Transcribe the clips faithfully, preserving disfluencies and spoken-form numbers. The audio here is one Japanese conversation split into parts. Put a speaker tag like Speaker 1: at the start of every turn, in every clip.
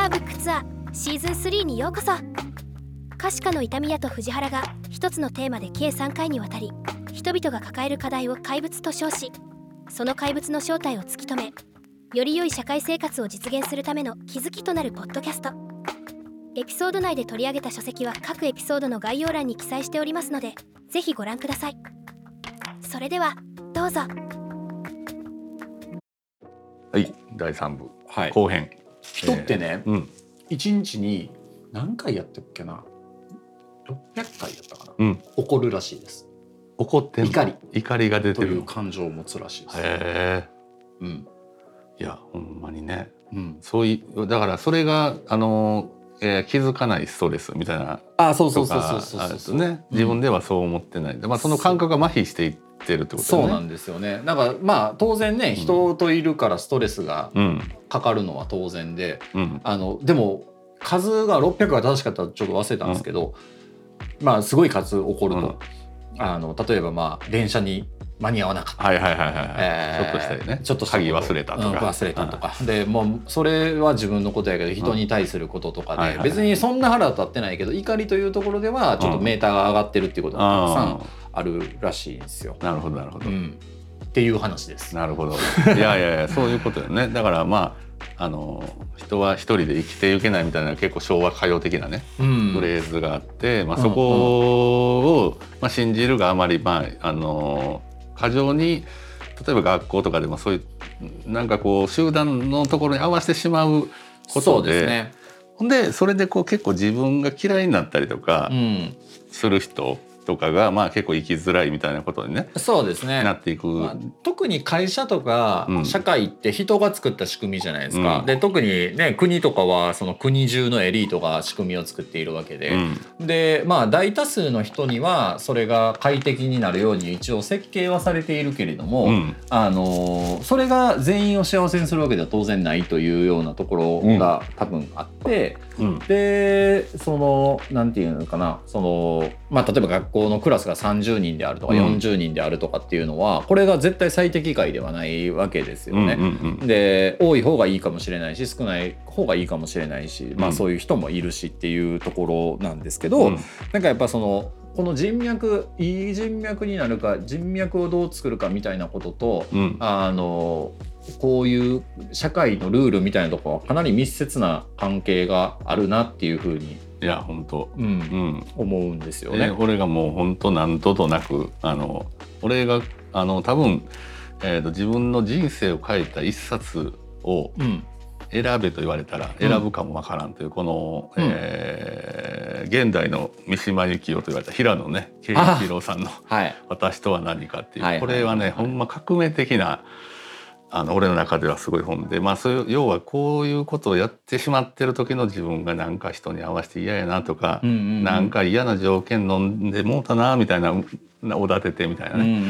Speaker 1: アブックツアーシーズンスリーにようこそ。可視化の痛み屋と藤原が一つのテーマで計さんかいにわたり人々が抱える課題を怪物と称し、その怪物の正体を突き止め、より良い社会生活を実現するための気づきとなるポッドキャスト。エピソード内で取り上げた書籍は各エピソードの概要欄に記載しておりますので、ぜひご覧ください。それではどうぞ。
Speaker 2: はい、だいさん部、
Speaker 3: はい、
Speaker 2: 後編。
Speaker 3: 人ってね、
Speaker 2: えーうん、
Speaker 3: いちにちに何回やったっけな、ろっぴゃっかいやったかな、
Speaker 2: うん、
Speaker 3: 怒るらしいです。
Speaker 2: 怒ってんの？
Speaker 3: 怒り
Speaker 2: 怒りが出てる
Speaker 3: という感情を持つらしいです。
Speaker 2: へえ、
Speaker 3: うん、
Speaker 2: いやほんまにね、
Speaker 3: うん、
Speaker 2: そういうだからそれがあの、えー、気づかないストレスみたいな
Speaker 3: あ、そうそうそう
Speaker 2: と
Speaker 3: そう
Speaker 2: かあ
Speaker 3: そうそう、
Speaker 2: るとね、自分ではそう思ってない、まあ、その感覚が麻痺していってるってことだよね。
Speaker 3: そうなんですよね。なんかまあ当然ね、うん、人といるからストレスがかかるのは当然で、うん、あのでも数がろっぴゃくが正しかったらちょっと忘れたんですけど、うん、まあすごい数起こると、うん、あの例えばまあ電車に間に合わなかった、
Speaker 2: はいはいはいはい、
Speaker 3: えー、
Speaker 2: ちょっとしたりね、
Speaker 3: ちょっとした
Speaker 2: 鍵忘れたとか、
Speaker 3: うん、忘れたとか、うん、でもうそれは自分のことやけど人に対することとかで、うんはいはいはい、別にそんな腹立ってないけど怒りというところではちょっとメーターが上がってるっていうことがたくさんあるらしいんですよ。
Speaker 2: なるほどなるほど、うん、
Speaker 3: っていう話です。
Speaker 2: なるほど。いやいやいやそういうことよね。だからまああの人は一人で生きていけないみたいな結構昭和歌謡的なね、うん、フレーズがあって、まあ、そこを、うんうんまあ、信じるがあまり、まあ、あの過剰に例えば学校とかでもそういうなんかこう集団のところに合わせてしまうことで、
Speaker 3: そうですね、
Speaker 2: ほんでそれでこう結構自分が嫌いになったりとかする人とかがまあ結構生きづらいみたいなことに、ね、
Speaker 3: そうですね、
Speaker 2: なっていく、まあ、
Speaker 3: 特に会社とか社会って人が作った仕組みじゃないですか、うん、で特に、ね、国とかはその国中のエリートが仕組みを作っているわけで、うん、でまあ大多数の人にはそれが快適になるように一応設計はされているけれども、うん、あのそれが全員を幸せにするわけでは当然ないというようなところが多分あって、うん、でそのなんていうのかな、そのまあ例えば学校のクラスがさんじゅうにんであるとかよんじゅうにんであるとかっていうのは、うん、これが絶対最適解ではないわけですよね、うんうんうん、で多い方がいいかもしれないし少ない方がいいかもしれないし、うん、まあそういう人もいるしっていうところなんですけど、うん、なんかやっぱそのこの人脈いい人脈になるか人脈をどう作るかみたいなことと、うん、あのこういう社会のルールみたいなところはかなり密接な関係があるなっていうふうに
Speaker 2: いや本当、
Speaker 3: うんうん、思うんですよね。
Speaker 2: 俺がもう本当何ととなくあの俺があの多分、えーと、自分の人生を変えた一冊を選べと言われたら選ぶかもわからんという、この、うんえー、現代の三島由紀夫と言われた平野ね慶一郎さんの「私とは何か」っていう、はい、これはね、はいはいはい、ほんま革命的なあの俺の中ではすごい本で、まあ、そういう要はこういうことをやってしまってる時の自分がなんか人に合わせて嫌やなとか、うんうんうん、なんか嫌な条件飲んでもうたなみたいなおだててみたいなね、うんうんうん、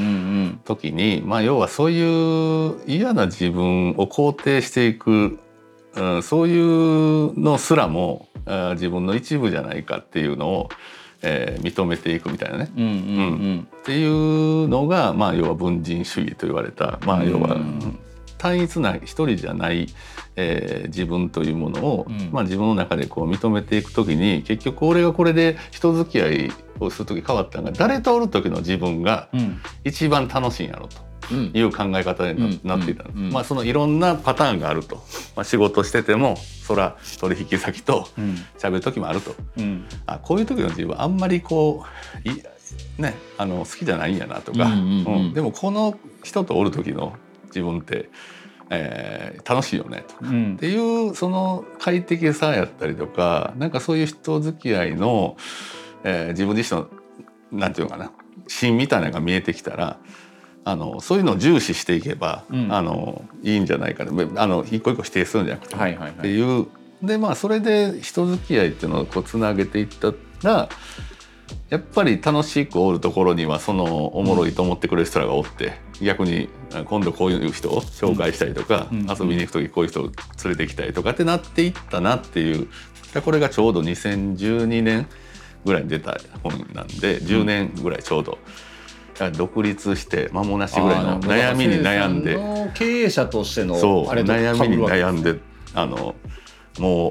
Speaker 2: 時に、まあ、要はそういう嫌な自分を肯定していく、うん、そういうのすらも自分の一部じゃないかっていうのを、えー、認めていくみたいなね、うんうんうんうん、っていうのが、まあ、要は文人主義と言われた、まあ、要は、うん単一な一人じゃない、えー、自分というものを、うんまあ、自分の中でこう認めていくときに結局俺がこれで人付き合いをするとき変わったのが誰とおる時の自分が一番楽しいんやろという考え方になっていた、うんうんうんまあ、そのいろんなパターンがあると、まあ、仕事しててもそら取引先と喋る時もあると、うん、あこういう時の自分あんまりこうい、ね、あの好きじゃないんやなとか、うんうんうんうん、でもこの人とおる時の自分って、えー、楽しいよねと、うん、っていうその快適さやったりとかなんかそういう人付き合いの、えー、自分自身のなんていうのかな芯みたいなのが見えてきたらあのそういうのを重視していけば、うん、あのいいんじゃないかなあの一個一個否定するんじゃなくて、はいはいはい、っていうでまあそれで人付き合いっていうのをこうつなげていったらやっぱり楽しくおるところにはそのおもろいと思ってくれる人らがおって、うん、逆に今度こういう人を紹介したりとか、うん、遊びに行く時こういう人を連れてきたりとかってなっていったなっていうこれがちょうどにせんじゅうにねんぐらいに出た本なんでじゅうねんぐらいちょうど、うん、独立して間もなしぐらいの悩みに悩んで
Speaker 3: 経営者としての
Speaker 2: そうあれ悩みに悩んであのもう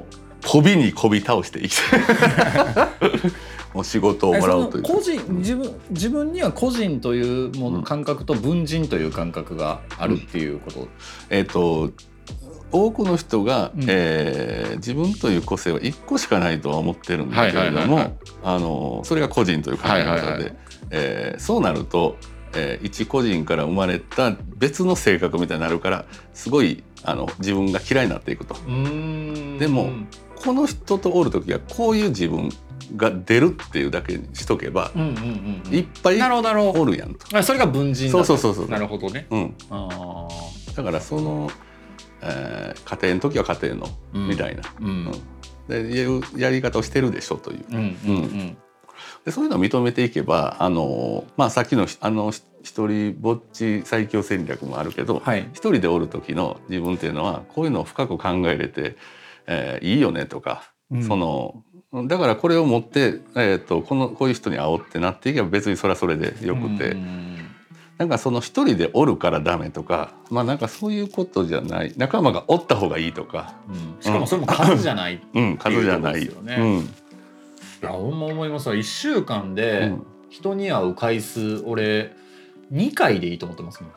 Speaker 2: こびにこび倒して生きてもう仕事をもらうという
Speaker 3: 個人自分自分には個人というもの、うん、感覚と文人という感覚があるっていうこと、うん、
Speaker 2: えっ、ー、と多くの人が、うんえー、自分という個性はいっこしかないとは思ってるんだけれども、あのそれが個人という考え方で、はいはいはいえー、そうなると、えー、一個人から生まれた別の性格みたいになるからすごいあの自分が嫌いになっていくと。うーんでもこの人とおる時はこういう自分が出るっていうだけにしとけば、うんうんうんうん、いっぱいおるやんと。
Speaker 3: それが文人だと。
Speaker 2: そうそうそうそう。
Speaker 3: なるほどね、うん、
Speaker 2: あだからその、えー、家庭の時は家庭の、うん、みたいな、うんうん、でいうやり方をしてるでしょという、うんうんうんでそういうのを認めていけばあの、まあ、さっきのあの一人ぼっち最強戦略もあるけど、はい、一人でおる時の自分っていうのはこういうのを深く考えれて、えー、いいよねとか、うん、そのだからこれを持って、えー、とこのこういう人に会おうってなっていけば別にそれはそれでよくて、うん、なんかその一人でおるからダメとか、まあなんかそういうことじゃない、仲間がおった方がいいとか、
Speaker 3: うん、しかもそれも数じゃないっていうことですよね。うん、数じゃないよね。うんいやほんま思いますわ。いっしゅうかんで人に会う回数、うん、俺にかいでいいと思ってますもん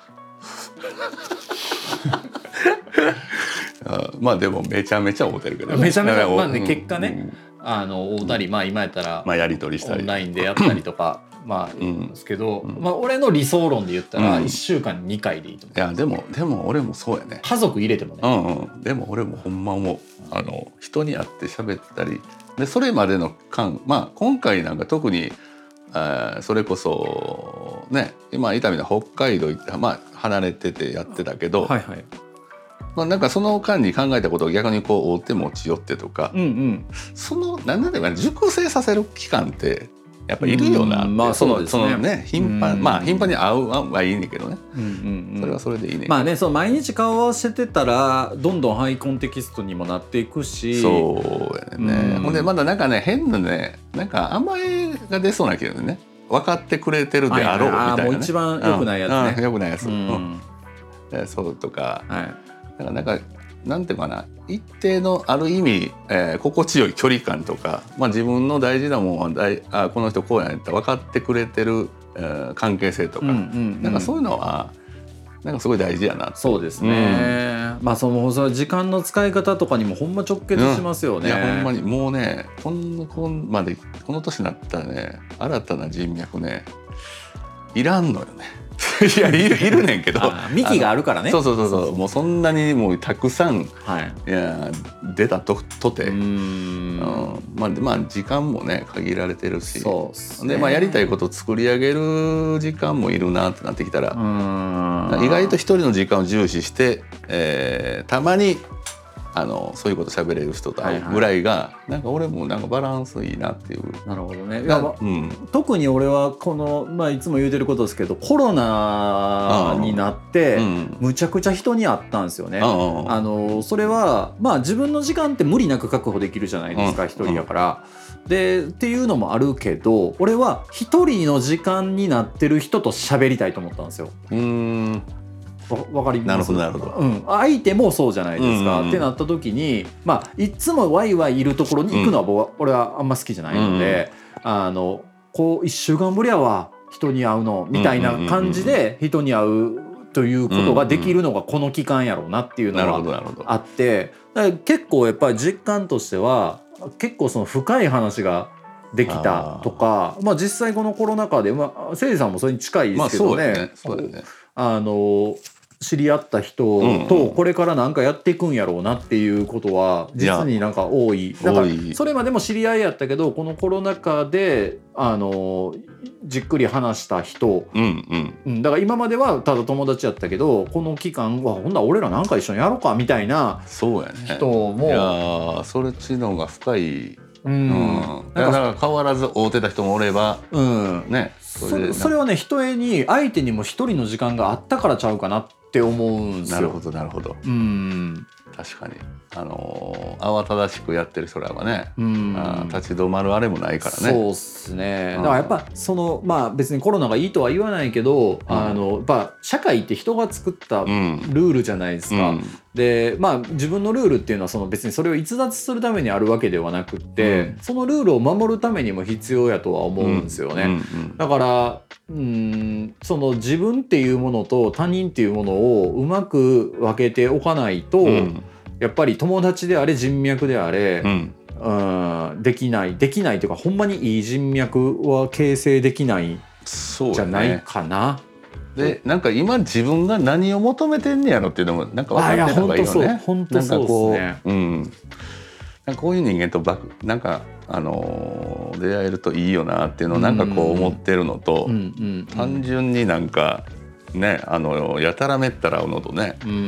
Speaker 2: あまあでもめちゃめちゃ会うてるけど、ね、
Speaker 3: めちゃめちゃ、まあね、結果ね、うん、あの会うたり、まあ今やったら、
Speaker 2: まあ、やり取りしたり
Speaker 3: オンラインでやったりとかまあいいんですけど、うんまあ、俺の理想論で言ったらいっしゅうかんににかいでいいと思う、
Speaker 2: うん、いやでもでも俺もそうやね。
Speaker 3: 家族入れてもね、
Speaker 2: うんうん、でも俺もほんま思う。あの人に会って喋ったりでそれまでの間、まあ、今回なんか特にあそれこそね今伊丹の北海道行って、まあ、離れててやってたけど、はいはいまあ、なんかその間に考えたことを逆にこう追って持ち寄ってとか、うんうん、その何なんだろう熟成させる期間ってやっぱいるよなって、まあそうですね、そのね頻繁まあ頻繁に会うはいいねんけどね、うんうんうん、それはそれでいいね。
Speaker 3: まあねその毎日顔合わせてたらどんどんハイコンテキストにもなっていくし、
Speaker 2: そうやね、うん、ほんでまだなんかね変なねなんか甘えが出そうなけどね分かってくれてるであろうみたいな、ね、はいはい、あもう
Speaker 3: 一番良くないやつね、うん
Speaker 2: うん、良くないやつ、うんうん、そうとか、はい、だからなんかなんていうかな一定のある意味、えー、心地よい距離感とか、まあ、自分の大事なもんは大あこの人こうやねんって分かってくれてる、えー、関係性とか、うんうんうん、なんかそういうのはなんかすごい大事やなって。
Speaker 3: そうですね、うん、まあそのその時間の使い方とかにもほんま直結しますよね、
Speaker 2: うん、いやほんまにもうねこのこんまでこの年になったらね新たな人脈ねいらんのよねいやいるいるねんけど
Speaker 3: 幹があるからね。
Speaker 2: そうそうそうそうもうそんなにもうたくさん、はい、いや出たととてうん、うんまあ、まあ時間もね限られてるしそうで、まあ、やりたいことを作り上げる時間もいるなってなってきたらうん意外と一人の時間を重視して、えー、たまにあのそういうこと喋れる人と会うぐらいが、はいはい、なんか俺もなんかバランスいいなっていう。
Speaker 3: なるほどね。いや、うん、特に俺はこの、まあ、いつも言うてることですけどコロナになってむちゃくちゃ人に会ったんですよね。あのそれはまあ自分の時間って無理なく確保できるじゃないですか一人やから。でっていうのもあるけど俺は一人の時間になってる人と喋りたいと思ったんですよ。うーんわかります。
Speaker 2: なるほどなるほど、
Speaker 3: うん、相手もそうじゃないですか、うんうん、ってなった時に、まあ、いつもワイワイいるところに行くのは、うん、俺はあんま好きじゃないので、うんうん、あのこういっしゅうかんぶりやわ人に会うのみたいな感じで人に会うということができるのがこの期間やろうなっていうのがあってだから結構やっぱり実感としては結構その深い話ができたとかまあ、実際このコロナ禍で、まあ、せいじさんもそれに近いですけどね、まあ、そうだよね、そうだよねあの知り合った人とこれから何かやっていくんやろうなっていうことは実になんか多い。だからそれまでも知り合いやったけどこのコロナ禍であのじっくり話した人、うんうん、だから今まではただ友達やったけどこの期間はほんなら俺らなんか一緒にやろうかみたいな人も
Speaker 2: そうやね。いやそれ知能が深い。うん、だから変わらず会うてた人もおれば、うん
Speaker 3: ね、それ、それはねひとえに相手にも一人の時間があったからちゃうかなって思うんですよ。
Speaker 2: なるほどなるほど。うん確かにあのー、慌ただしくやってる人らはね、うん、あ立ち止まるあれもないからね。
Speaker 3: そうっすね、だからやっぱそのまあ別にコロナがいいとは言わないけど、うん、あのやっぱ社会って人が作ったルールじゃないですか、うん、でまあ自分のルールっていうのはその別にそれを逸脱するためにあるわけではなくって、うん、そのルールを守るためにも必要やとは思うんですよね、うんうんうん、だからうんその自分っていうものと他人っていうものをうまく分けておかないと、うん、やっぱり友達であれ人脈であれ、うんうんできないできないというかほんまにいい人脈は形成できないじゃないかな。
Speaker 2: でなんか今自分が何を求めてんねやろっていうのもなんか分かってた方がいいよね。
Speaker 3: 本当そうですね。
Speaker 2: うん、なんかこういう人間とばくなんかあのー、出会えるといいよなっていうのをなんかこう思ってるのと、うんうんうん、単純になんかねあのやたらめったらうのとね、うん、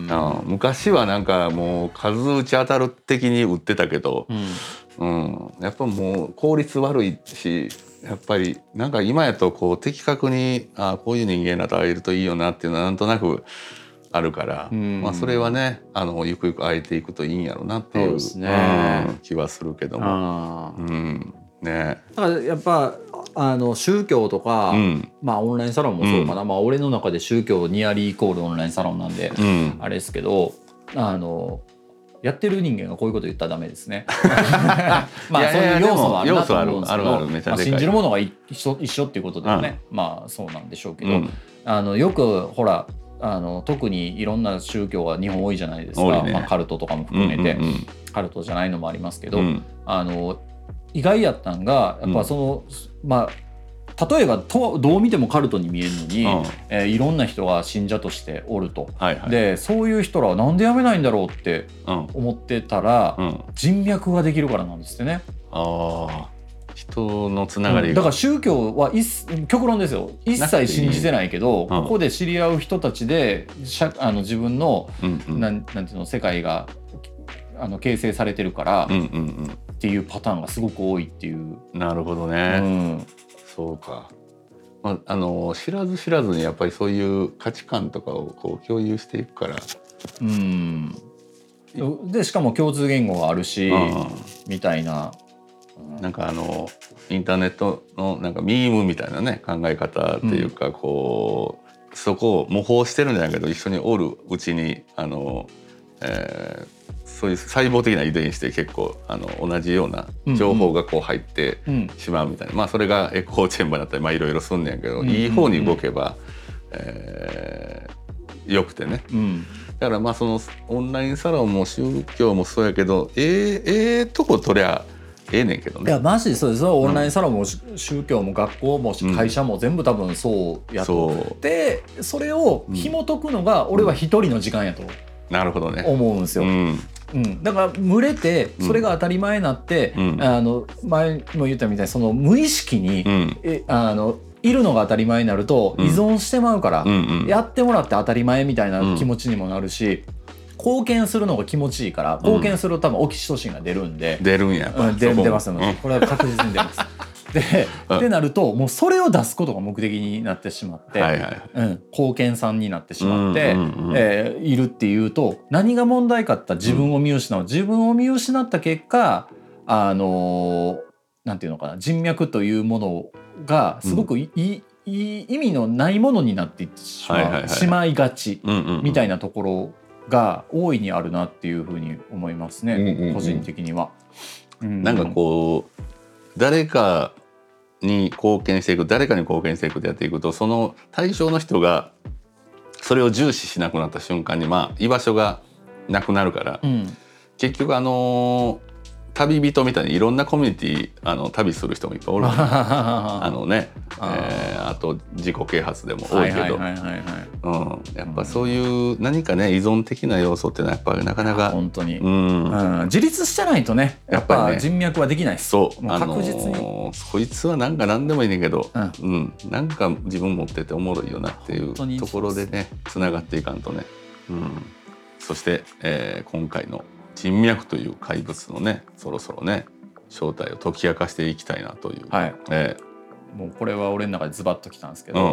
Speaker 2: 昔はなんかもう数打ち当たる的に売ってたけど、うんうん、やっぱもう効率悪いしやっぱりなんか今やとこう的確にあこういう人間だと会えるといいよなっていうのはなんとなくあるから、まあ、それはねあのゆくゆく会えていくといいんやろうなっていう、そうですね、うん、気はするけども、うんね、
Speaker 3: だからやっぱあの宗教とか、うん、まあオンラインサロンもそうかな、うん、まあ俺の中で宗教ニアリーイコールオンラインサロンなんで、うん、あれですけどあのやってる人間がこういうこと言ったらダメですね。まあそういう要素はあるなと思うんですけど、まあ、信じるものが一緒、一緒っていうことではね、うん、まあそうなんでしょうけど、うん、あのよくほらあの特にいろんな宗教が日本多いじゃないですか、ねまあ、カルトとかも含めて、うんうんうん、カルトじゃないのもありますけど、うん、あの意外やったんがやっぱその、うん、まあ例えばとどう見てもカルトに見えるのに、うんえー、いろんな人が信者としておると、はいはい、でそういう人らはなんでやめないんだろうって思ってたら、うん、人脈ができるからなんですってね。
Speaker 2: あ人のつながりが、うん、
Speaker 3: だから宗教は極論ですよ一切信じてないけど、うん、ここで知り合う人たちであの自分の、うんうん、なんなんていうの世界があの形成されてるから、うんうんうん、っていうパターンがすごく多いっていう。
Speaker 2: なるほどね、うんそうか、まあ、あの知らず知らずにやっぱりそういう価値観とかをこう共有していくから
Speaker 3: うんでしかも共通言語があるし、うん、みたいな、
Speaker 2: うん、なんかあのインターネットのなんかミームみたいなね考え方っていうか、うん、こうそこを模倣してるんじゃないけど一緒におるうちにあの、えーそういう細胞的な遺伝子で結構あの同じような情報がこう入ってしまうみたいな、うんうん、まあそれがエコーチェンバーだったりまあいろいろすんねんけど、うんうんうん、いい方に動けば、えー、よくてね、うん、だからまあそのオンラインサロンも宗教もそうやけどええええとこ取りゃええねんけどね。
Speaker 3: いやマジでそうです。オンラインサロンも、うん、宗教も学校も会社も全部多分そうやと、うん、でそれを紐解くのが俺は一人の時間やと、うん、
Speaker 2: なるほどね
Speaker 3: 思うんですよ、うんうん、だから群れてそれが当たり前になって、うん、あの前も言ったみたいにその無意識に、うん、えあのいるのが当たり前になると依存してまうから、うん、やってもらって当たり前みたいな気持ちにもなるし、うん、貢献するのが気持ちいいから貢献すると多分オキシトシンが出るんで、
Speaker 2: 出るんや、
Speaker 3: うん、出, 出ますので、うん、これは確実に出ますでってなるともうそれを出すことが目的になってしまって、はいはいうん、貢献さんになってしまって、うんうんうんえー、いるっていうと何が問題かって自分を見失う、うん、自分を見失った結果あのー、なんていうのかな人脈というものがすごくいい、うん、いい意味のないものになっていってしまう、はいはいはい、しまいがちみたいなところが大いにあるなっていうふうに思いますね、うんうんうん、個人的には、
Speaker 2: うん、なんかこう誰かに貢献していく誰かに貢献していくってやっていくとその対象の人がそれを重視しなくなった瞬間にまあ居場所がなくなるから、うん、結局あのー旅人みたいにいろんなコミュニティあの旅する人もいっぱいおるあのねあ,、えー、あと自己啓発でも多いけどやっぱそういう何かね依存的な要素っていうのはやっぱりなかなか
Speaker 3: 本当に、うんうん、自立してないとねやっぱり、ね、人脈はできないです。
Speaker 2: そうもう確実に、あのー、こいつはなんか何でもいいねんけど、うんうん、なんか自分持ってておもろいよなっていうところでねつながっていかんとね、うん、そして、えー、今回の人脈という怪物のねそろそろね正体を解き明かしていきたいなという、はい
Speaker 3: えー、もうこれは俺の中でズバッときたんですけど、うん、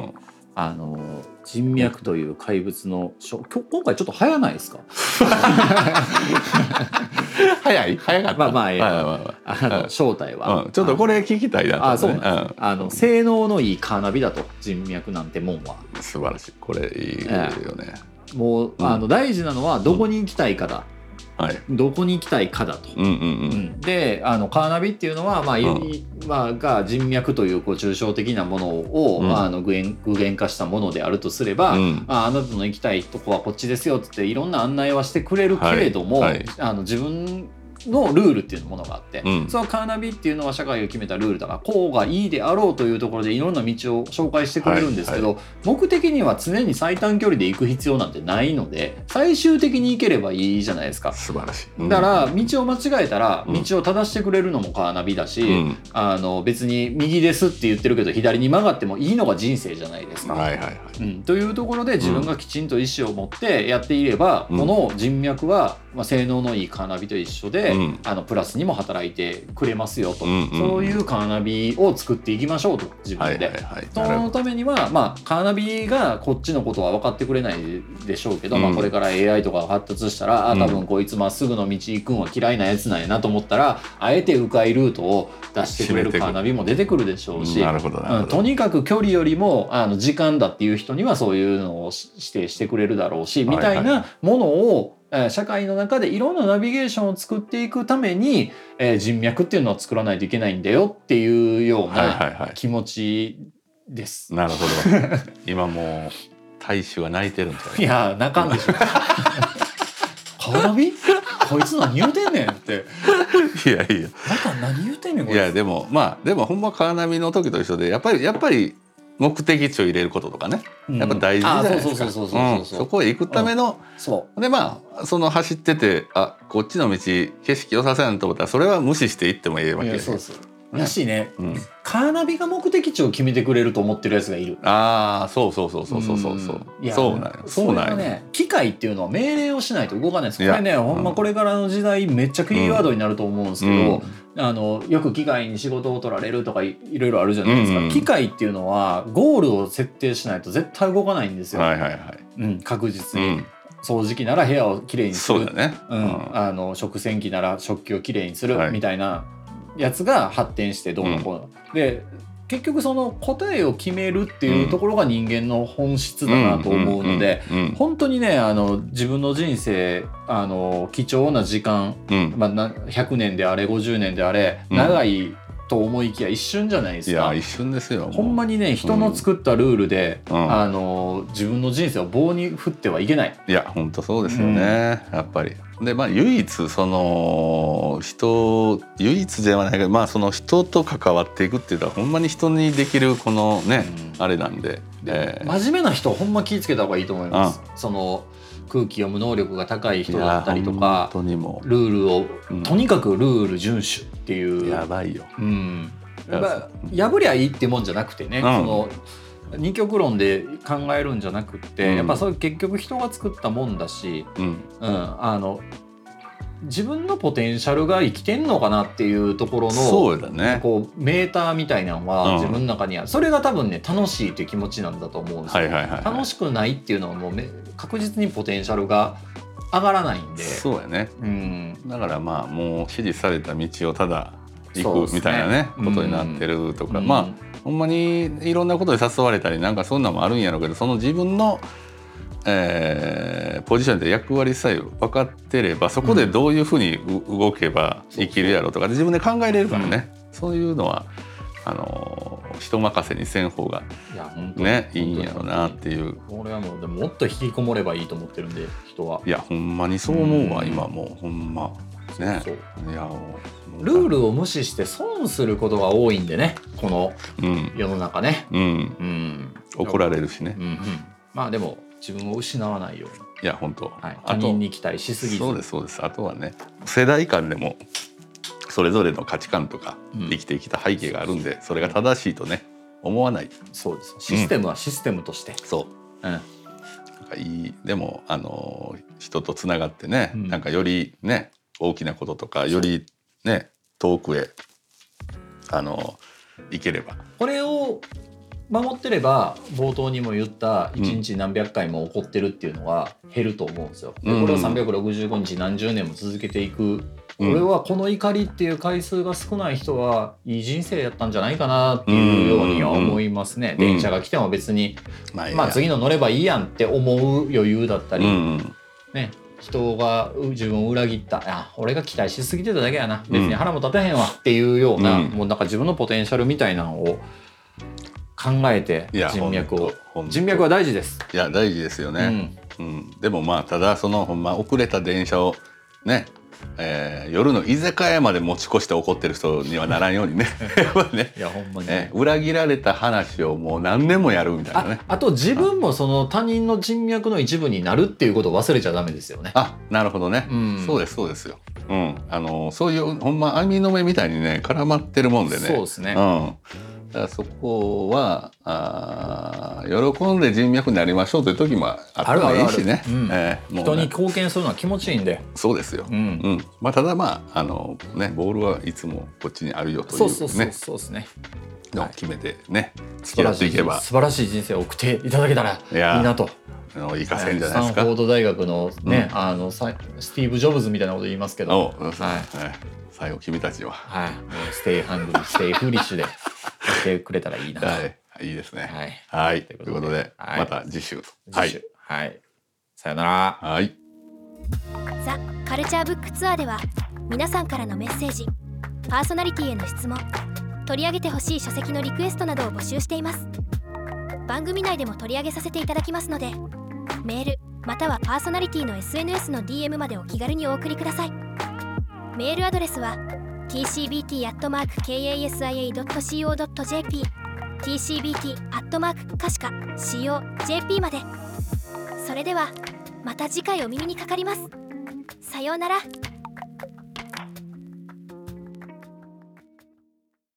Speaker 3: あの人脈という怪物の今回ちょっと早ないですか？
Speaker 2: 早い早かった。
Speaker 3: まあまあ、ええ、
Speaker 2: はいはいはい
Speaker 3: あの正体は、
Speaker 2: うん、ちょっとこれ聞きたいなと、ね、
Speaker 3: あそうなんです、うん、あの性能のいいカーナビだと人脈なんてもんは
Speaker 2: 素晴らしい。これいいよね、
Speaker 3: ええ、もう、うん、あの大事なのはどこに行きたいかだ、
Speaker 2: うん、はい、
Speaker 3: どこに行きたいかだと。
Speaker 2: うんうんうん、
Speaker 3: であのカーナビっていうのは、まあうんまあ、が人脈というこう抽象的なものを、うんまあ、あの具現、具現化したものであるとすれば、うんまあ、あなたの行きたいとこはこっちですよっていろんな案内はしてくれるけれども、はいはい、あの自分のルールっていうものがあって、うん、そのカーナビっていうのは社会を決めたルールだからこうがいいであろうというところでいろんな道を紹介してくれるんですけど、はいはい、目的には常に最短距離で行く必要なんてないので最終的に行ければいいじゃないですか。
Speaker 2: 素晴らしい、うん、
Speaker 3: だから道を間違えたら道を正してくれるのもカーナビだし、うん、あの別に右ですって言ってるけど左に曲がってもいいのが人生じゃないですか、
Speaker 2: はいはいはい
Speaker 3: うん、というところで自分がきちんと意思を持ってやっていれば、うん、この人脈は、まあ、性能のいいカーナビと一緒で、うん、あのプラスにも働いてくれますよと、うんうんうん、そういうカーナビを作っていきましょうと自分で、はいはいはい、そのためには、まあ、カーナビがこっちのことは分かってくれないでしょうけど、うんまあ、これから エーアイ とかが発達したら、うん、あ多分こいつまっすぐの道行くんは嫌いなやつなんやなと思ったらあえて迂回ルートを出してくれるカーナビも出てくるでしょうし、
Speaker 2: なるほどなるほど、
Speaker 3: うん、とにかく距離よりもあの時間だっていう人にはそういうのを指定してくれるだろうし、はいはい、みたいなものを社会の中でいろんなナビゲーションを作っていくために、えー、人脈っていうのを作らないといけないんだよっていうような気持ちです。
Speaker 2: はいはいはい、なるほど今もう大衆は泣いてるんじゃない？
Speaker 3: いや泣かんでしょカーナビこいつ何言うてんねんって
Speaker 2: いやいや
Speaker 3: また何言うてんねんこいつ。
Speaker 2: いやでもまあでもほんまカーナビの時と一緒でやっぱりやっぱり目的地を入れることとかね、やっぱ大事じゃないですか。そこへ行くための、うん、そうでまあその走っててあこっちの道景色良さそうやなと思ったらそれは無視して行ってもいいわけです。
Speaker 3: そうそうだしね、うん、カーナビが目的地を決めてくれると思ってるやつがいる。
Speaker 2: ああそうそうそうそうそうそうそう、うん、そうなんよそうなんよ
Speaker 3: ね。機械っていうのは命令をしないと動かないです。これねほんまこれからの時代めっちゃキーワードになると思うんですけど、うんあのよく機械に仕事を取られるとか い, いろいろあるじゃないですか、うんうん、機械っていうのはゴールを設定しないと絶対動かないんですよ、
Speaker 2: はいはいはい
Speaker 3: うん、確実に、うん、掃除機なら部屋をきれいにする、
Speaker 2: そうだね、
Speaker 3: うん、あの食洗機なら食器をきれいにする、はい、みたいなやつが発展してどうのこうの、うん、で結局その答えを決めるっていうところが人間の本質だなと思うので本当にねあの自分の人生あの貴重な時間、うんまあ、ひゃくねんであれごじゅうねんであれ長いと思いきや一瞬じゃないですか。
Speaker 2: いや一瞬ですよ。
Speaker 3: ほんまにね人の作ったルールで、うん、あの自分の人生を棒に振ってはいけない。
Speaker 2: いや本当そうですよね、うん、やっぱり。でまあ唯一その人唯一ではないけどまあその人と関わっていくっていうのはほんまに人にできるこのね、うん、あれなんで、
Speaker 3: えー、真面目な人はほんま気ぃつけた方がいいと思います。その空気読む能力が高い人だったりとかルールを、うん、とにかくルール遵守っていう
Speaker 2: やばいよ、
Speaker 3: うんまあ、破りゃいいってもんじゃなくてね、うん、その二極論で考えるんじゃなくって、うん、やっぱそれ結局人が作ったもんだし、うんうん、あの自分のポテンシャルが生きてんのかなっていうところの
Speaker 2: そうだ、ね、
Speaker 3: こうメーターみたいなのは自分の中にある、うん、それが多分ね楽しいっていう気持ちなんだと思うんですよ、はいはいはいはい、楽しくないっていうのはもう確実にポテンシャルが上がらないんで
Speaker 2: そうやね、うん、だからまあもう指示された道をただ行くみたいな ね, ねことになってるとか、うん、まあほんまにいろんなことに誘われたりなんかそんなのもあるんやろうけどその自分のえー、ポジションで役割さえ分かってればそこでどういうふうに動けば生きるやろうとか自分で考えれるからね、うん、そういうのはあの人任せにせん方がねいいんやろうなっていう。
Speaker 3: 俺はもうでももっと引きこもればいいと思ってるんで人は。
Speaker 2: いやほんまにそう思うわ、うん、今もうほんまね。そうそういや
Speaker 3: ルールを無視して損することが多いんでねこの世の中ね、うんうん
Speaker 2: うん、怒られるしね、うんうん、
Speaker 3: まあでも自分を失わないように
Speaker 2: いや本当、
Speaker 3: はい、他人に期待しすぎず
Speaker 2: そうですそうです。あとはね世代間でもそれぞれの価値観とか生きてきた背景があるんで、うん、それが正しいとね思わない。
Speaker 3: そうですシステムはシステムとして、
Speaker 2: うん、そう、うん、なんかいいでもあの人とつながってね、うん、なんかよりね大きなこととかよりね遠くへあの行ければ
Speaker 3: これを守ってれば冒頭にも言ったいちにち何百回も起こってるっていうのは減ると思うんですよ。でこれをさんびゃくろくじゅうごにち何十年も続けていく、これはこの怒りっていう回数が少ない人はいい人生やったんじゃないかなっていうようには思いますね。電車が来ても別に、まあ次の乗ればいいやんって思う余裕だったり、ね、人が自分を裏切った、あ俺が期待しすぎてただけやな、別に腹も立てへんわっていうような、もうなんか自分のポテンシャルみたいなのを考えて人脈を、人脈は大事です。
Speaker 2: いや大事ですよね、うんうん、でもまあただそのほんま遅れた電車をね、えー、夜の居酒屋まで持ち越して怒ってる人にはならんようにねね、
Speaker 3: いやほんまに、
Speaker 2: ね、裏切られた話をもう何年もやるみたいなね。
Speaker 3: あ, あと自分もその他人の人脈の一部になるっていうことを忘れちゃダメですよね。
Speaker 2: あ、なるほどね、うん、そうですそうですよ、うん、あのそういうほんま網の目みたいにね絡まってるもんでね。
Speaker 3: そうですね、
Speaker 2: うんだからそこはあ喜んで人脈になりましょうという時もあったらいいしね、
Speaker 3: 人に貢献するのは気持ちいいんで。
Speaker 2: そうですよ、うんうんまあ、ただまああの、ね、ボールはいつもこっちにあるよというね
Speaker 3: そうそうそうですね
Speaker 2: の決めてね、はい、付き合っていけば
Speaker 3: 素晴らしい人生を送っていただけたらいいなと。
Speaker 2: 生かせんじゃないですか。
Speaker 3: スタンフォード大学のね、うん、あのスティーブ・ジョブズみたいなこと言いますけど、
Speaker 2: はい、最後君たちは、
Speaker 3: はい、ステイハングリーステイフーリッシュでやってくれたらいいなと、
Speaker 2: はい、いいですね。はい、はい、ということで、はい、また次週
Speaker 3: 次週、はい、はい、さよなら。
Speaker 2: はい。
Speaker 1: ザ・カルチャーブックツアーでは皆さんからのメッセージ、パーソナリティへの質問、取り上げてほしい書籍のリクエストなどを募集しています。番組内でも取り上げさせていただきますので、メールまたはパーソナリティの エスエヌエス の ディーエム までお気軽にお送りください。メールアドレスは ティーシービーティー アットマーク カシカ ドット コー ドット ジェーピー ティーシービーティー アットマーク カシカ ドット コー ジェーピー まで。それではまた次回お耳にかかります。さようなら。